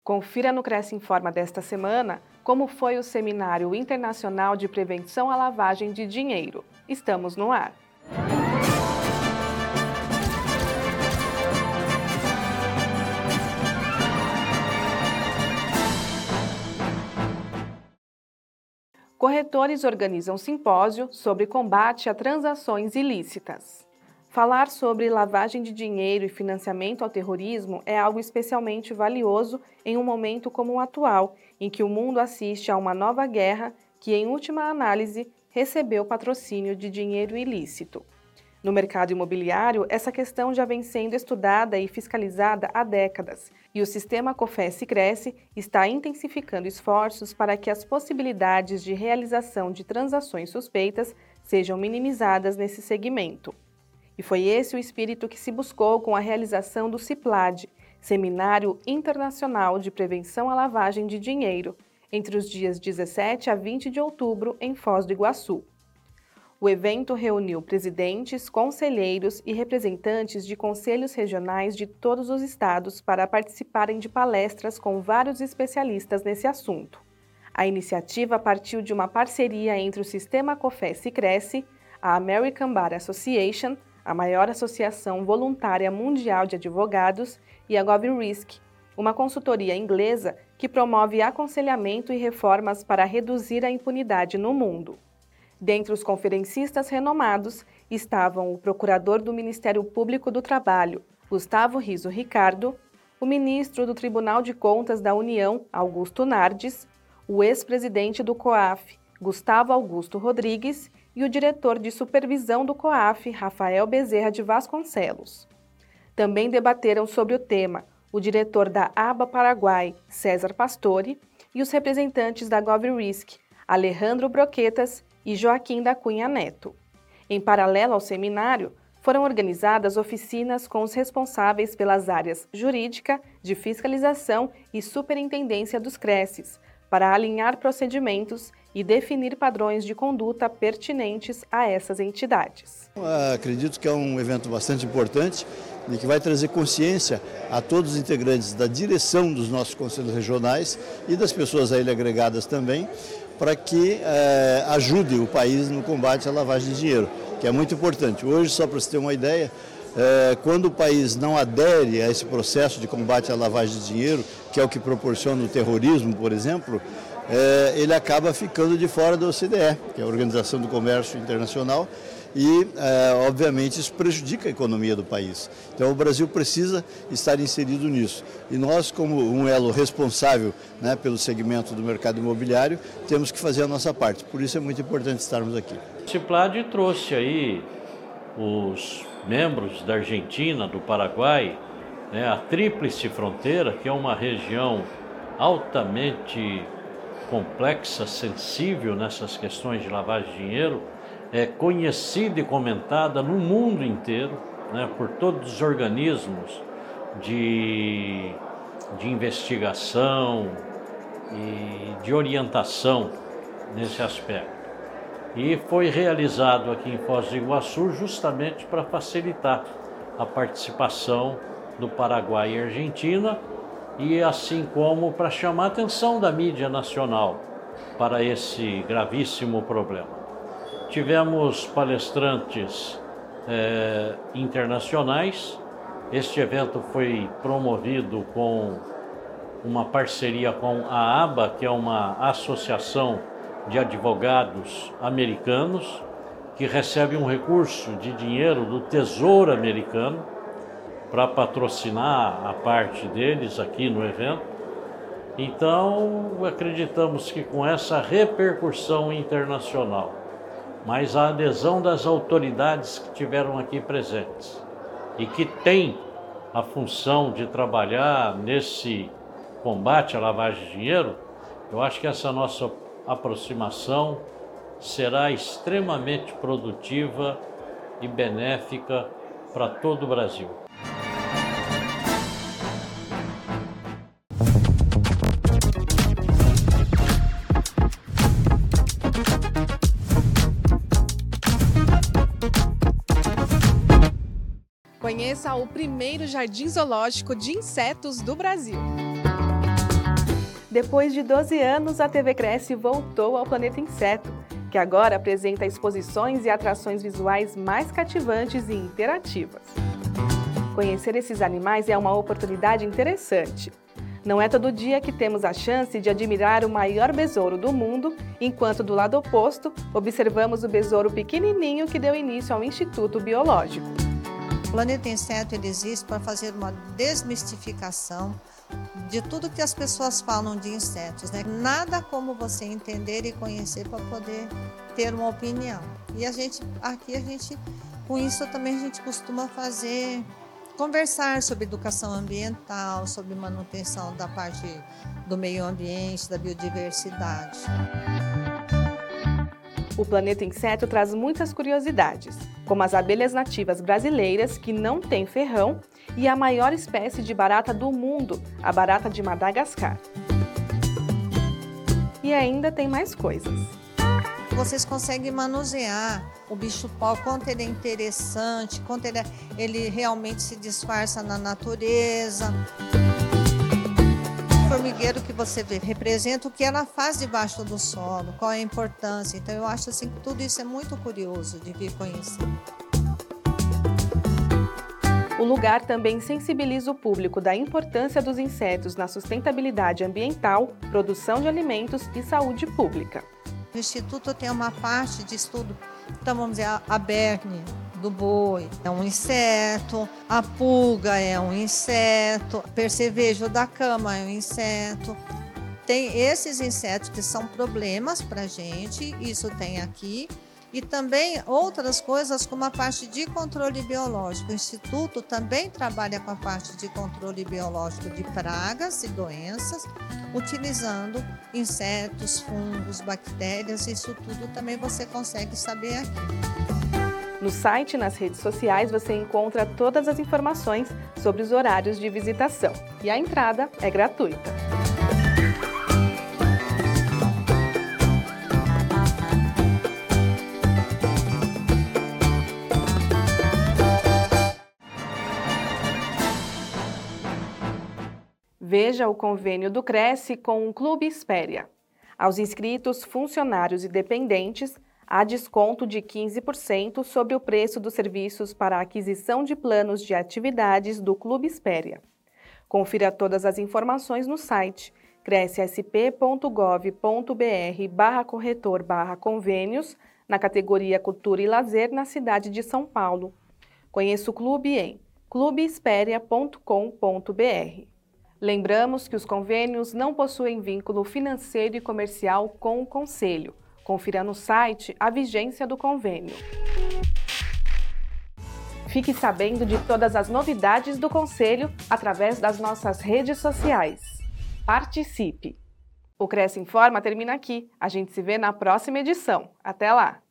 Confira no Cresce Informa desta semana como foi o Seminário Internacional de Prevenção à Lavagem de Dinheiro. Estamos no ar. Corretores organizam simpósio sobre combate a transações ilícitas. Falar sobre lavagem de dinheiro e financiamento ao terrorismo é algo especialmente valioso em um momento como o atual, em que o mundo assiste a uma nova guerra que, em última análise, recebeu patrocínio de dinheiro ilícito. No mercado imobiliário, essa questão já vem sendo estudada e fiscalizada há décadas, e o sistema COFES-Sicredi está intensificando esforços para que as possibilidades de realização de transações suspeitas sejam minimizadas nesse segmento. E foi esse o espírito que se buscou com a realização do CIPLAD, Seminário Internacional de Prevenção à Lavagem de Dinheiro, entre os dias 17 a 20 de outubro, em Foz do Iguaçu. O evento reuniu presidentes, conselheiros e representantes de conselhos regionais de todos os estados para participarem de palestras com vários especialistas nesse assunto. A iniciativa partiu de uma parceria entre o Sistema COFES-Sicredi, a American Bar Association, a maior associação voluntária mundial de advogados, e a GovRisk, uma consultoria inglesa que promove aconselhamento e reformas para reduzir a impunidade no mundo. Dentre os conferencistas renomados estavam o procurador do Ministério Público do Trabalho, Gustavo Riso Ricardo, o ministro do Tribunal de Contas da União, Augusto Nardes, o ex-presidente do COAF, Gustavo Augusto Rodrigues, e o diretor de supervisão do COAF, Rafael Bezerra de Vasconcelos. Também debateram sobre o tema o diretor da ABA Paraguai, César Pastore, e os representantes da GovRisk, Alejandro Broquetas e Joaquim da Cunha Neto. Em paralelo ao seminário, foram organizadas oficinas com os responsáveis pelas áreas jurídica, de fiscalização e superintendência dos CRECES, para alinhar procedimentos e definir padrões de conduta pertinentes a essas entidades. Acredito que é um evento bastante importante e que vai trazer consciência a todos os integrantes da direção dos nossos conselhos regionais e das pessoas a ele agregadas também, para que ajude o país no combate à lavagem de dinheiro, que é muito importante. Hoje, só para você ter uma ideia, quando o país não adere a esse processo de combate à lavagem de dinheiro, que é o que proporciona o terrorismo, por exemplo, ele acaba ficando de fora da OCDE, que é a Organização do Comércio Internacional, e, obviamente, isso prejudica a economia do país. Então, o Brasil precisa estar inserido nisso. E nós, como um elo responsável, né, pelo segmento do mercado imobiliário, temos que fazer a nossa parte. Por isso é muito importante estarmos aqui. O CIPLAD trouxe aí os membros da Argentina, do Paraguai, né, a Tríplice Fronteira, que é uma região altamente complexa, sensível nessas questões de lavagem de dinheiro, é conhecida e comentada no mundo inteiro, né, por todos os organismos de investigação e de orientação nesse aspecto. E foi realizado aqui em Foz do Iguaçu justamente para facilitar a participação do Paraguai e Argentina, e assim como para chamar a atenção da mídia nacional para esse gravíssimo problema. Tivemos palestrantes internacionais. Este evento foi promovido com uma parceria com a ABA, que é uma associação de advogados americanos, que recebe um recurso de dinheiro do Tesouro Americano para patrocinar a parte deles aqui no evento. Então, acreditamos que com essa repercussão internacional, mas a adesão das autoridades que tiveram aqui presentes e que têm a função de trabalhar nesse combate à lavagem de dinheiro, eu acho que essa nossa aproximação será extremamente produtiva e benéfica para todo o Brasil. Conheça o primeiro jardim zoológico de insetos do Brasil. Depois de 12 anos, a TV Cresce voltou ao Planeta Inseto, que agora apresenta exposições e atrações visuais mais cativantes e interativas. Conhecer esses animais é uma oportunidade interessante. Não é todo dia que temos a chance de admirar o maior besouro do mundo, enquanto do lado oposto, observamos o besouro pequenininho que deu início ao Instituto Biológico. O Planeta Inseto ele existe para fazer uma desmistificação de tudo que as pessoas falam de insetos, né? Nada como você entender e conhecer para poder ter uma opinião. E com isso também a gente costuma conversar sobre educação ambiental, sobre manutenção da parte do meio ambiente, da biodiversidade. O Planeta Inseto traz muitas curiosidades, como as abelhas nativas brasileiras que não têm ferrão e a maior espécie de barata do mundo, a barata de Madagascar. E ainda tem mais coisas. Vocês conseguem manusear o bicho-pau, quanto ele é interessante, quanto ele realmente se disfarça na natureza. O formigueiro que você vê representa o que ela faz debaixo do solo, qual é a importância. Então eu acho assim, que tudo isso é muito curioso de vir conhecer. O lugar também sensibiliza o público da importância dos insetos na sustentabilidade ambiental, produção de alimentos e saúde pública. O Instituto tem uma parte de estudo, então vamos dizer, a berne do boi é um inseto, a pulga é um inseto, o percevejo da cama é um inseto. Tem esses insetos que são problemas para a gente, isso tem aqui. E também outras coisas como a parte de controle biológico. O Instituto também trabalha com a parte de controle biológico de pragas e doenças, utilizando insetos, fungos, bactérias, isso tudo também você consegue saber aqui. No site e nas redes sociais você encontra todas as informações sobre os horários de visitação e a entrada é gratuita. Veja o convênio do Cresce com o Clube Espéria. Aos inscritos, funcionários e dependentes, há desconto de 15% sobre o preço dos serviços para a aquisição de planos de atividades do Clube Espéria. Confira todas as informações no site crescsp.gov.br/corretor/convênios, na categoria Cultura e Lazer, na cidade de São Paulo. Conheça o clube em clubeesperia.com.br. Lembramos que os convênios não possuem vínculo financeiro e comercial com o Conselho. Confira no site a vigência do convênio. Fique sabendo de todas as novidades do Conselho através das nossas redes sociais. Participe! O Cresce Informa termina aqui. A gente se vê na próxima edição. Até lá!